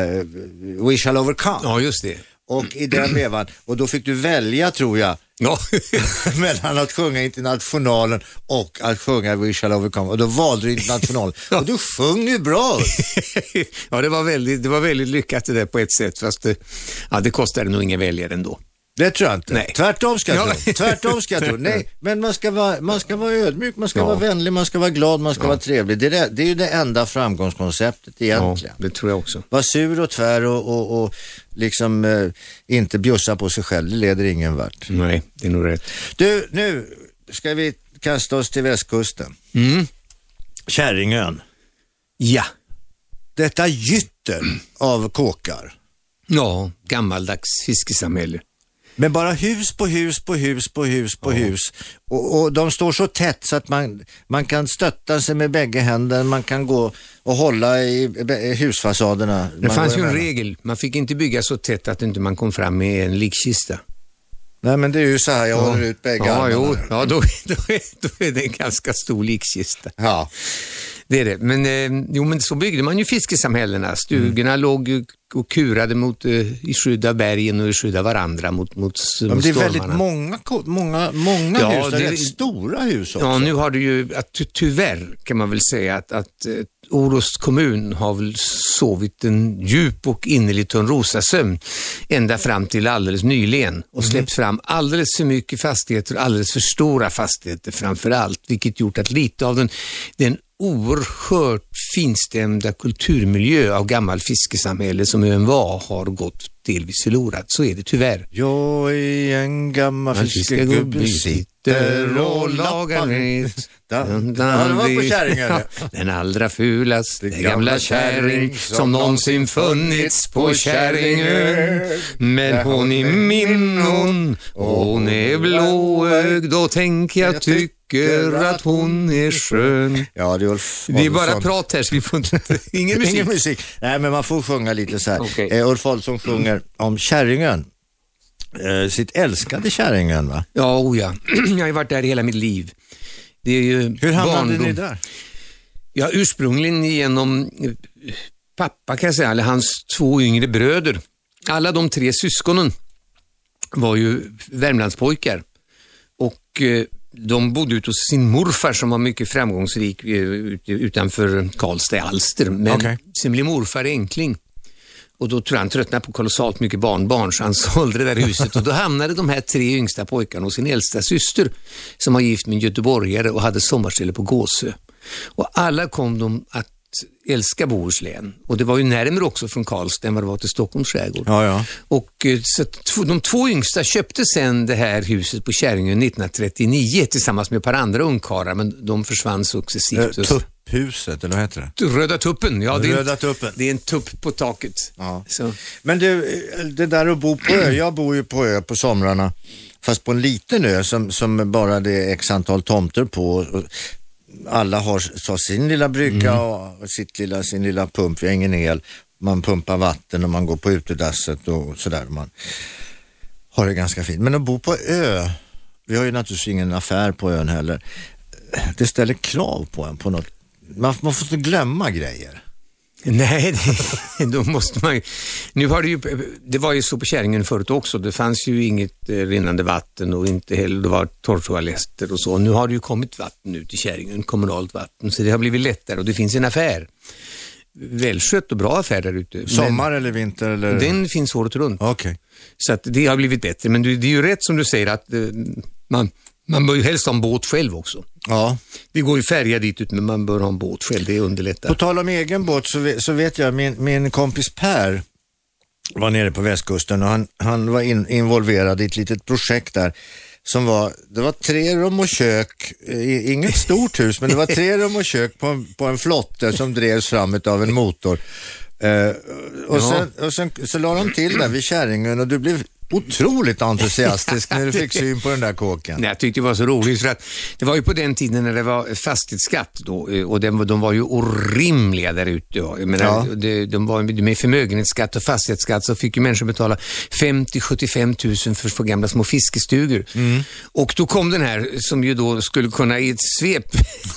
We Shall Overcome. Ja, just det. Och i den vevan, och då fick du välja, tror jag, ja. mellan att sjunga Internationalen och att sjunga We Shall Overcome. Och då valde du Internationalen. Ja. Och du sjöng ju bra. Ja, det var, väldigt, det var väldigt lyckat det där på ett sätt, fast det, ja, det kostade nog ingen väljare ändå. Det tror jag inte. Nej. Tvärtom ska jag ja. tro. Tvärtom ska jag tro. Nej, men man ska vara, man ska vara ödmjuk, man ska ja. vara vänlig, man ska vara glad, man ska ja. vara trevlig. Det är, det, det är ju det enda framgångskonceptet egentligen. Ja, det tror jag också. Var sur och tvär och, och, och liksom eh, inte bjussa på sig själv. Det leder ingen vart. Nej, det är nog rätt. Du, nu ska vi kasta oss till västkusten. Mm. Kärringön. Ja. Detta gytter av kåkar. Ja, gammaldags fiskesamhälle. Men bara hus på hus på hus på hus på ja. hus. Och, och de står så tätt så att man, man kan stötta sig med bägge händer. Man kan gå och hålla i, i husfasaderna. Det fanns ju en regel. Man fick inte bygga så tätt att inte man kom fram med en likkista. Nej, men det är ju så här, jag ja. håller ut bägge ja, armarna. Jo, ja, då, då, är, då är det en ganska stor likkista. Ja. Det är det. Men, eh, jo, men så byggde man ju fiskesamhällena. Stugorna mm. låg och kurade mot, eh, i skydd av bergen och i skydd av varandra mot, mot, ja, mot det är stormarna. väldigt många, många, många ja, hus, det är det, rätt stora hus också. Ja, nu har det ju, att, ty, tyvärr kan man väl säga att, att eh, Orust kommun har väl sovit en djup och innerlig Törnrosasömn ända fram till alldeles nyligen och mm. släppt fram alldeles för mycket fastigheter, alldeles för stora fastigheter framför allt, vilket gjort att lite av den, den oerhört finstämda kulturmiljö av gammal fiskesamhälle som ön var har gått delvis förlorat. Så är det tyvärr. Jag är en gammal fiskegubbe, sitter vatten och lagar rätt. Ja, det var på Käringön. Den allra fulaste gamla kärring som någonsin funnits på Käringön. Men hon är min hon, och hon är blåögd, då tänker jag tycker att hon är skön. Ja, det är Ulf Det är bara prat här, så vi får inte, ingen musik. Ingen musik. Nej, men man får sjunga lite så här. Okay. Eh, Ulf Adolphson sjunger om Käringön. Eh, sitt älskade Käringön, va? Ja, oh ja. Jag har ju varit där hela mitt liv. Det är ju Hur hamnade barndom. ni där? Ja, ursprungligen genom pappa, kan jag säga, eller hans två yngre bröder. Alla de tre syskonen var ju Värmlandspojkar. Och eh, de bodde ute hos sin morfar som var mycket framgångsrik eh, utanför Karlstad i Alster. Men Okay. sen blev morfar enkling. Och då tror jag han tröttnade på kolossalt mycket barnbarn, så han sålde det där huset. Och då hamnade de här tre yngsta pojkarna hos sin äldsta syster som var gift med en göteborgare och hade sommarställe på Gåsö. Och alla kom de att älska Bohuslän. Och det var ju närmare också från Karlstad än vad det var till Stockholms skärgård. Ja, ja. Och eh, så att de två yngsta köpte sen det här huset på Käringön nittonhundratrettionio tillsammans med ett par andra ungkarlar, men de försvann successivt. Eh, tupphuset, eller vad heter det? Röda tuppen, ja. Det är, Röda en, tuppen. det är en tupp på taket. Ja. Så. Men du, det där att bo på ö, jag bor ju på ö på somrarna, fast på en liten ö som, som bara det är x antal tomter på. Och alla har så sin lilla brygga mm. och sitt lilla, sin lilla pump. Vi har ingen el. Man pumpar vatten och man går på utedasset och sådär. Man har det ganska fint. Men att bo på ö, vi har ju naturligtvis ingen affär på ön heller. Det ställer krav på en på något. Man, man får inte glömma grejer. Nej, det, då måste man ju. Nu har det ju, det var ju så på Käringön förut också. Det fanns ju inget eh, rinnande vatten och inte heller, det var torrtoaletter och så. Nu har det ju kommit vatten ut i Käringön, kommunalt vatten. Så det har blivit lättare och det finns en affär. Välskött och bra affär där ute. Sommar eller vinter? Eller? Den finns året runt. Okej. Okay. Så att det har blivit bättre. Men det är ju rätt som du säger att eh, man, man bör ju helst ha en båt själv också. Ja. Det går ju färja dit ut, men man bör ha en båt själv, det underlättar. På tal om egen båt så vet, så vet jag, min, min kompis Per var nere på västkusten och han, han var in, involverad i ett litet projekt där som var, det var tre rum och kök, i, inget stort hus, men det var tre rum och kök på en, på en flotte som drevs fram av en motor. Uh, och, ja. sen, och sen så la de till där vid Käringön och du blev otroligt entusiastisk när du fick syn på den där kåken. Nej, jag tyckte det var så roligt för att det var ju på den tiden när det var fastighetsskatt då, och de, de var ju orimliga där ute. Jag menar, ja. de, de var med förmögenhetsskatt och fastighetsskatt så fick ju människor betala femtio till sjuttiofem tusen för, för gamla små fiskestugor. Mm. Och då kom den här som ju då skulle kunna i ett svep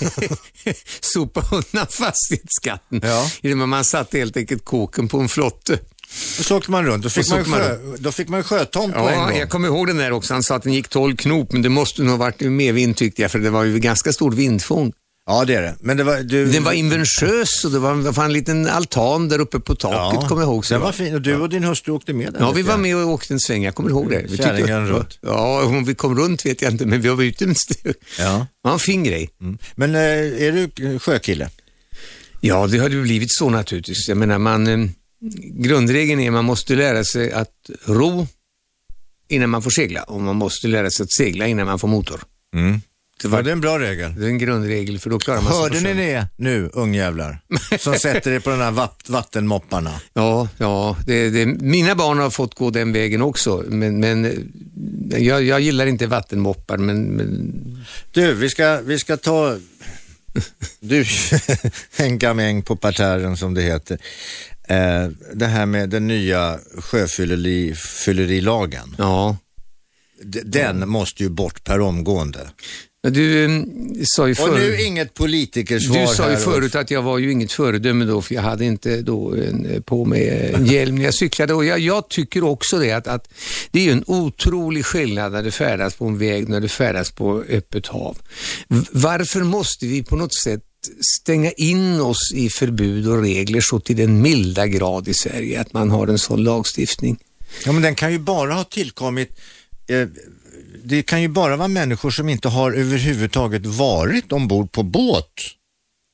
sopa undan fastighetsskatten. Ja. Man satte helt enkelt kåken på en flotte. Och så åkte man runt, då fick, man, man sjö, då fick man sjötomt på ja, en gång. Ja, jag kommer ihåg den där också. Han sa att den gick tolv knop, men det måste nog ha varit med vind tyckte jag, för det var ju ganska stor vindfång. Ja, det är det. Men det var, du... Den var inventös och det var, det var en liten altan där uppe på taket, ja, kommer jag ihåg. Så den var fin och du och din hustru åkte med där. Ja, vi var med och åkte en sväng, jag kommer ihåg det. Vi Käringön runt. Ja, om vi kom runt vet jag inte, men vi var ute en stund. Ja. Ja, en fin grej. Mm. Men äh, är du sjökille? Ja, det har ju blivit så naturligtvis. Jag menar, man... Grundregeln är att man måste lära sig att ro innan man får segla och man måste lära sig att segla innan man får motor. Mm. Det var ja, det är en bra regel. Det är en grundregel för då klarar man sig. Hörde ni det nu, ungjävlar? Som sätter det på den här vatt- vattenmopparna. Ja, ja. Det, det, mina barn har fått gå den vägen också. Men, men jag, jag gillar inte vattenmoppar. Men, men... Du, vi ska, vi ska ta... Du, en gamäng på parterren som det heter. Eh, det här med den nya sjöfyllerilagen. Ja. D- den ja. måste ju bort per omgående. Du um, sa ju för... Och nu inget politikersvar. Du sa ju här förut och... att jag var ju inget föredöme då, för jag hade inte då en, på mig en hjälm när jag cyklade. Och jag, jag tycker också det att, att det är ju en otrolig skillnad när du färdas på en väg, när du färdas på öppet hav. Varför måste vi på något sätt stänga in oss i förbud och regler så till den milda grad i Sverige att man har en sån lagstiftning? Ja, men den kan ju bara ha tillkommit... Eh, det kan ju bara vara människor som inte har överhuvudtaget varit ombord på båt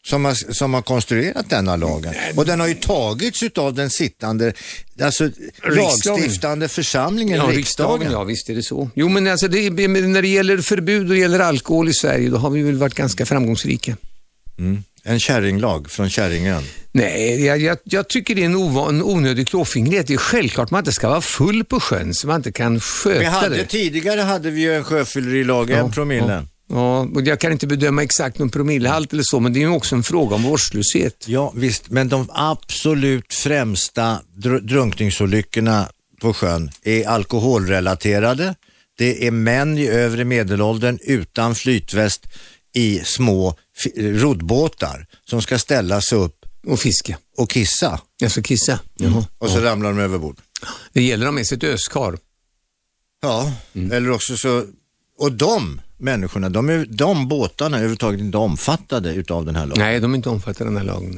som har, som har konstruerat denna lagen. Och den har ju tagits utav den sittande, alltså lagstiftande församlingen, ja, riksdagen. riksdagen. Ja, visst är det så. Jo, men alltså det, när det gäller förbud och gäller alkohol i Sverige, då har vi väl varit ganska framgångsrika. Mm. En kärringlag från Kärringen. Nej, jag, jag, jag tycker det är en, ovan, en onödig klåfingrighet. Det är självklart man inte ska vara full på sjön så man inte kan sköta vi hade, det. Tidigare hade vi ju en sjöfyllerilag, ja, en promille. Ja. Ja, och jag kan inte bedöma exakt någon promillehalt eller så, men det är ju också en fråga om vårdslöshet. Ja, visst, men de absolut främsta dr- drunkningsolyckorna på sjön är alkoholrelaterade. Det är män i övre medelåldern utan flytväst i små f- roddbåtar som ska ställa sig upp och fiska. Och kissa. Jag ska kissa. Mm. Och så ja. ramlar de över bord. Det gäller de med sitt öskar. Ja, mm. eller också så... Och de människorna, de, är, de båtarna är överhuvudtaget inte omfattade utav den här lagen. Nej, de är inte omfattade av den här lagen.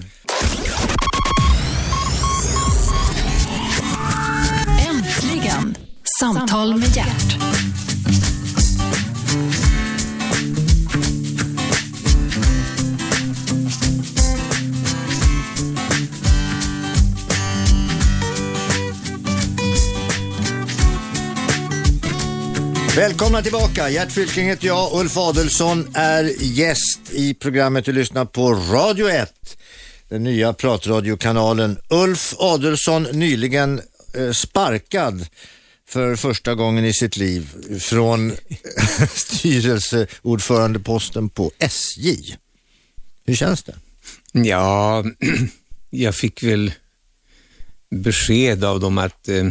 Äntligen, Samtal med Gert. Välkomna tillbaka, Gert Fylking heter jag, Ulf Adelsson är gäst i programmet. Du lyssnar på Radio ett, den nya pratradiokanalen. Ulf Adelsson nyligen eh, sparkad för första gången i sitt liv från styrelseordförandeposten på S J. Hur känns det? Ja, jag fick väl besked av dem att... Eh,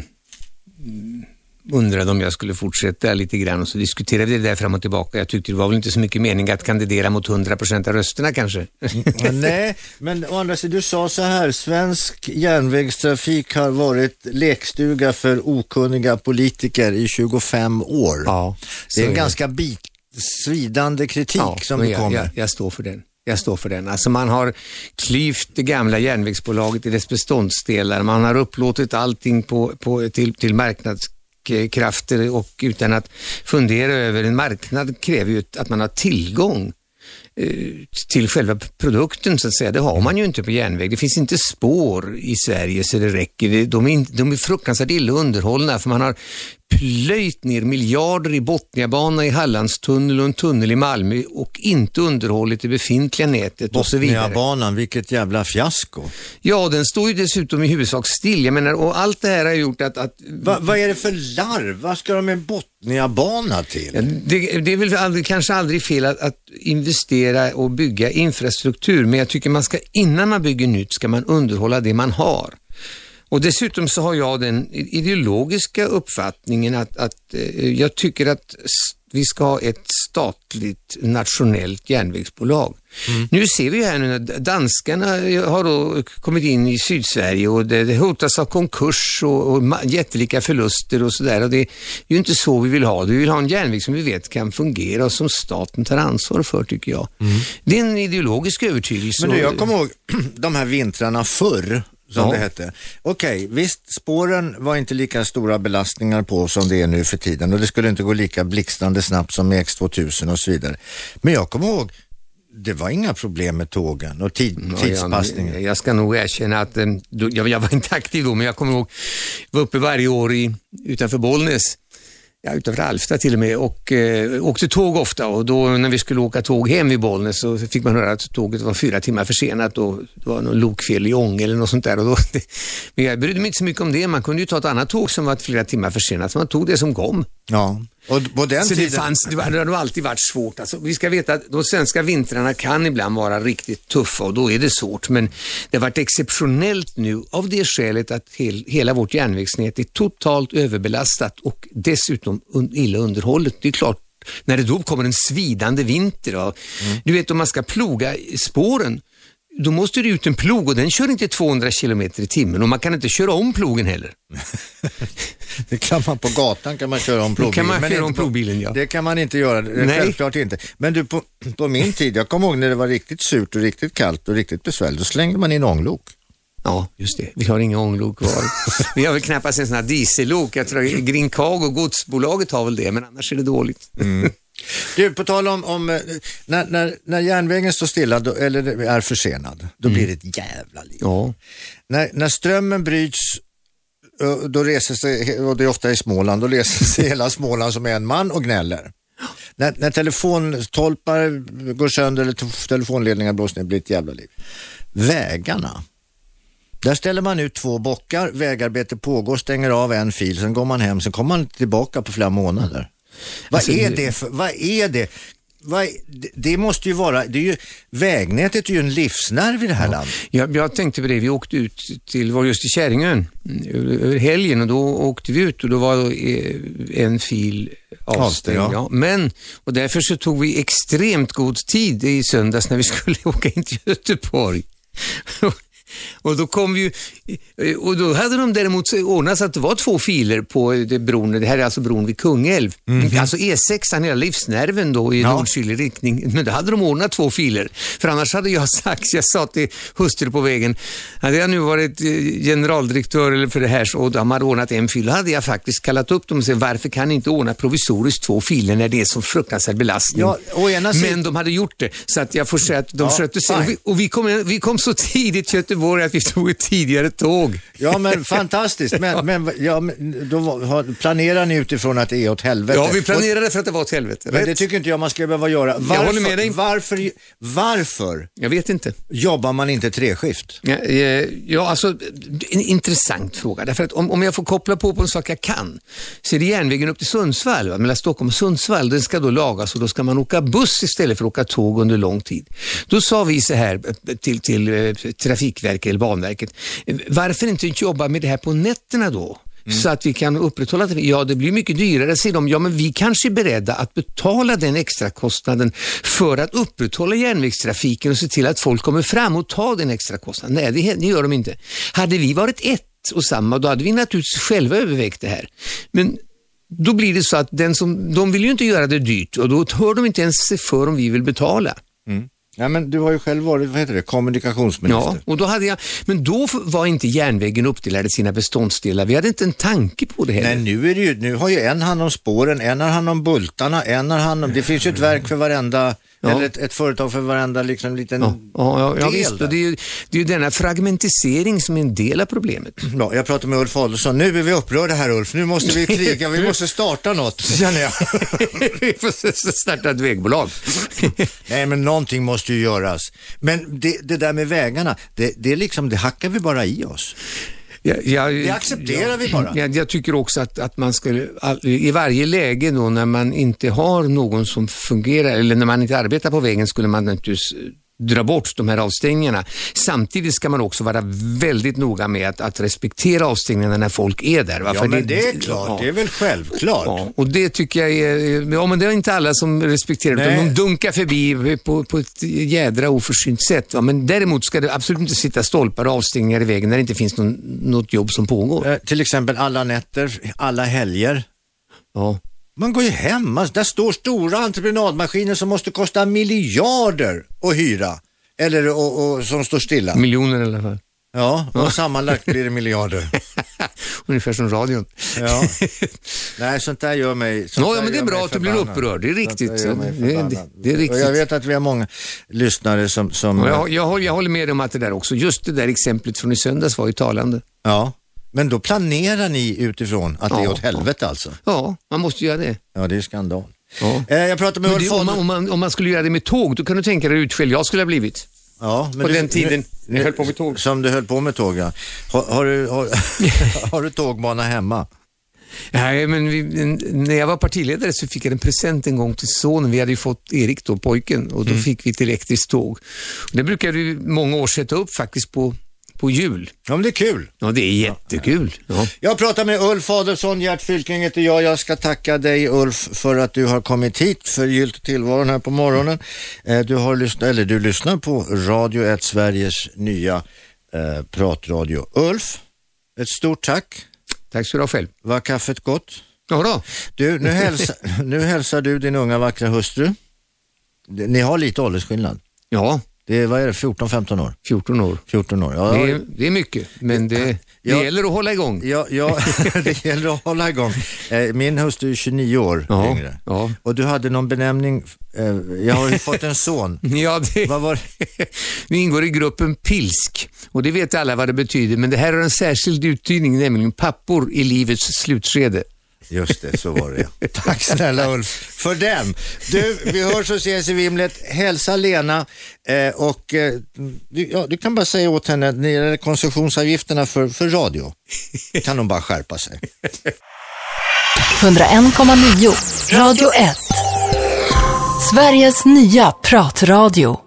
undrade om jag skulle fortsätta lite grann och så diskuterade vi det där fram och tillbaka. Jag tyckte det var väl inte så mycket mening att kandidera mot hundra procent av rösterna kanske. Mm, nej, men å andra sidan, du sa så här: svensk järnvägstrafik har varit lekstuga för okunniga politiker i tjugofem år. Ja, det är en är ganska bit, svidande kritik ja, som du jag, kommer. Jag, jag står för den. Jag står för den. Alltså man har klyvt det gamla järnvägsbolaget i dess beståndsdelar. Man har upplåtit allting på, på, till, till marknads krafter och utan att fundera över en marknad kräver ju att man har tillgång eh, till själva produkten så att säga. Det har man ju inte på järnväg. Det finns inte spår i Sverige så det räcker. De är, de är fruktansvärt illa underhållna för man har plöjt ner miljarder i Botniabanan i Hallandstunnel och en tunnel i Malmö och inte underhållit det befintliga nätet och så vidare. Botniabanan, vilket jävla fiasko. Ja, den står ju dessutom i huvudsak still. Jag menar, och allt det här har gjort att... att Va, vad är det för larv? Vad ska de med Botniabana till? Ja, det, det är väl aldrig, kanske aldrig fel att, att investera och bygga infrastruktur, men jag tycker man ska, innan man bygger nytt ska man underhålla det man har. Och dessutom så har jag den ideologiska uppfattningen att, att eh, jag tycker att vi ska ha ett statligt nationellt järnvägsbolag. Mm. Nu ser vi här nu när danskarna har då kommit in i Sydsverige och det, det hotas av konkurs och, och jättelika förluster och sådär. Och det är ju inte så vi vill ha det. Vi vill ha en järnväg som vi vet kan fungera och som staten tar ansvar för, tycker jag. Mm. Det är en ideologisk övertygelse. Men du, jag kommer ihåg de här vintrarna förr, som ja. det hette. Okej, visst, spåren var inte lika stora belastningar på som det är nu för tiden och det skulle inte gå lika blixtrande snabbt som med X tvåtusen och så vidare. Men jag kommer ihåg, det var inga problem med tågen och tid, ja, tidspassningen. Jag, jag ska nog erkänna att då, jag, jag var inte aktiv då, men jag kommer ihåg, var uppe varje år i, utanför Bollnäs. Ja, utanför Alfta till och med och eh, åkte tåg ofta och då när vi skulle åka tåg hem i Bollnäs så fick man höra att tåget var fyra timmar försenat och det var någon lokfel i Ånge eller något sånt där. Och då, det, men jag brydde mig inte så mycket om det. Man kunde ju ta ett annat tåg som var flera timmar försenat så man tog det som kom. Ja, och på den så tiden... det, fanns, det, var, det har alltid varit svårt. Alltså, vi ska veta att de svenska vintrarna kan ibland vara riktigt tuffa och då är det svårt. Men det har varit exceptionellt nu av det skälet att hel, hela vårt järnvägsnät är totalt överbelastat och dessutom un, illa underhållet. Det är klart, när det då kommer en svidande vinter. Ja, mm. Du vet, om man ska ploga spåren, då måste det ut en plog och den kör inte tvåhundra kilometer i timmen och man kan inte köra om plogen heller. Det kan man på gatan kan man köra om plogbilen. Kan man men köra om plogbilen, ja. Det kan man inte göra, Nej. självklart inte. Men du, på, på min tid, jag kommer ihåg när det var riktigt surt och riktigt kallt och riktigt besvärligt, då slängde man in ånglok. Ja, just det. Vi har inga ånglok kvar. Vi har väl knappast en sån här diesellok. Jag tror Green Cargo och godsbolaget har väl det, men annars är det dåligt. Mm. Du, på tal om, om när, när, när järnvägen står stilla då, eller är försenad, då mm. blir det ett jävla liv. Ja. När, när strömmen bryts, då reser sig, och det är ofta i Småland, då reser sig hela Småland som en man och gnäller. När, när telefontolpar går sönder eller telefonledningar blåser ner, blir det ett jävla liv. Vägarna. Där ställer man ut två bockar, vägarbete pågår, stänger av en fil, sen går man hem, sen kommer man tillbaka på flera månader. Vad alltså, är det för, vad är det? Vad, det måste ju vara, det är ju, vägnätet är ju en livsnerv i det här ja. landet. Jag, jag tänkte på det, vi åkte ut till, var just i Käringön över helgen och då åkte vi ut och då var en fil avstängd. Ja. Ja. Men, och därför så tog vi extremt god tid i söndags när vi skulle åka in till Göteborg. Och då kom vi ju, och då hade de däremot ordnat så att det var två filer på det bron, det här är alltså bron vid Kungälv. Mm-hmm. Alltså E sex, hela livsnerven då i ja. nordsydlig riktning, men då hade de ordnat två filer. För annars hade jag sagt, jag sa till hustru på vägen, hade jag nu varit generaldirektör eller för det här och de hade ordnat en fil, hade jag faktiskt kallat upp dem och sagt, varför kan ni inte ordna provisoriskt två filer när det är så fruktansvärd belastning? Ja, men de hade gjort det, så att jag får säga att de ja, skötte sig. Och vi, och vi kom, vi kom så tidigt till Göteborg att vi tog ett tidigare tåg. Ja, men fantastiskt. Men, ja. men, ja, men då var, planerar ni utifrån att det är åt helvete? Ja, vi planerade för att det var åt helvete. Men det tycker inte jag man ska behöva göra. Varför, jag håller med dig. Varför, varför jag vet inte. Jobbar man inte treskift? Ja, ja, alltså en intressant fråga. Därför att om, om jag får koppla på på en sak jag kan, så är det järnvägen upp till Sundsvall, va? Mellan Stockholm och Sundsvall. Den ska då lagas och då ska man åka buss istället för att åka tåg under lång tid. Då sa vi så här till, till Trafikverket eller Banverket, varför inte jobba med det här på nätterna då? Mm. Så att vi kan upprätthålla det. Ja, det blir mycket dyrare, säger de. Ja, men vi kanske är beredda att betala den extra kostnaden för att upprätthålla järnvägstrafiken och se till att folk kommer fram och tar den extra kostnaden. Nej, det, det gör de inte. Hade vi varit ett och samma, då hade vi naturligtvis själva övervägt det här. Men då blir det så att den som, de vill ju inte göra det dyrt och då hör de inte ens sig för om vi vill betala. Mm. Ja, men du har ju själv varit, vad heter det, kommunikationsminister. Ja, och då hade jag, men då var inte järnvägen uppdelad i sina beståndsdelar. Vi hade inte en tanke på det heller. Nej, nu är det ju, nu har ju en hand om spåren, en har hand om bultarna, en har hand om, det finns ju ett verk för varenda, ja. eller ett, ett företag för varenda liksom liten ja. Ja, ja, ja, visst, och det är ju det är ju denna fragmentisering som är en del av problemet. Ja, jag pratar med Ulf Adelsson. Nu är vi upprörda här, Ulf. Nu måste vi kriga, vi måste starta något, känner jag. Vi får starta ett vägbolag. Nej, men någonting måste ju göras. Men det, det där med vägarna, det, det är liksom, det hackar vi bara i oss. Ja, ja, det accepterar ja, vi bara. Ja, jag tycker också att, att man skulle, i varje läge då när man inte har någon som fungerar, eller när man inte arbetar på vägen, skulle man naturligtvis dra bort de här avstängningarna. Samtidigt ska man också vara väldigt noga med att, att respektera avstängningarna när folk är där. Va? Ja, För men det, det är klart. Ja. Det är väl självklart. Ja, och det tycker jag är, ja, men det är inte alla som respekterar det. De dunkar förbi på, på ett jädra oförsynt sätt. Va? Men däremot ska det absolut inte sitta stolpar och avstängningar i vägen när det inte finns någon, något jobb som pågår. Eh, till exempel alla nätter, alla helger. Ja. Man går ju hem, där står stora entreprenadmaskiner som måste kosta miljarder att hyra. Eller och, och, som står stilla. Miljoner i alla fall. Ja, och ja. sammanlagt blir det miljarder. Ungefär som radion. Ja. Nej, sånt där gör mig... Nå, ja, men det är bra att du blir upprörd. Det är riktigt. Det, det, det är riktigt. Och jag vet att vi har många lyssnare som... som... Jag, jag, håller, jag håller med om att det där också. Just det där exemplet från i söndags var ju talande. Ja. Men då planerar ni utifrån att ja, det är åt helvete ja. alltså? Ja, man måste göra det. Ja, det är skandal. Ja. Eh, jag pratar med Ulf om, man, om, man, om man skulle göra det med tåg, då kan du tänka dig hur utskälld jag skulle ha blivit. Ja, men på du, den tiden nu, jag höll på med tåg. Som du höll på med tåg, ja. Har, har, du, har, har du tågbana hemma? Nej, men vi, när jag var partiledare så fick jag en present en gång till sonen. Vi hade ju fått Erik då, pojken, och då mm. fick vi ett elektriskt tåg. Det brukade vi många år sätta upp faktiskt på på jul. Ja, men det är kul. Ja, det är jättekul. Ja. Jag pratar med Ulf Adelsson, Gert Fylking heter jag. Jag ska tacka dig, Ulf, för att du har kommit hit för gillt tillvaron här på morgonen. Du har lyssnat, eller du lyssnar på Radio ett, Sveriges nya eh, pratradio. Ulf, ett stort tack. Tack ska du ha själv. Var kaffet gott? Ja då. Du, nu, hälsa, nu hälsar du din unga vackra hustru. Ni har lite åldersskillnad. Ja. Det, vad är det, fjorton femton år? fjorton år. fjorton år, ja. Det är, det är mycket, men det, det ja, gäller att hålla igång. Ja, ja det gäller att hålla igång. Min hustru är tjugonio år ja, yngre. Ja. Och du hade någon benämning, jag har ju fått en son. Ja, det, vad var vi ingår i gruppen pilsk. Och det vet alla vad det betyder, men det här är en särskild uttydning, nämligen pappor i livets slutskede. Just det, så var det. Tack snälla Ulf för den. Du, vi hörs och ses i Vimlet. Hälsa Lena eh, och eh, du, ja, du kan bara säga åt henne att när det gäller konsumtionsavgifterna för, för radio kan de bara skärpa sig. hundraen komma nio Radio ett. Sveriges nya pratradio.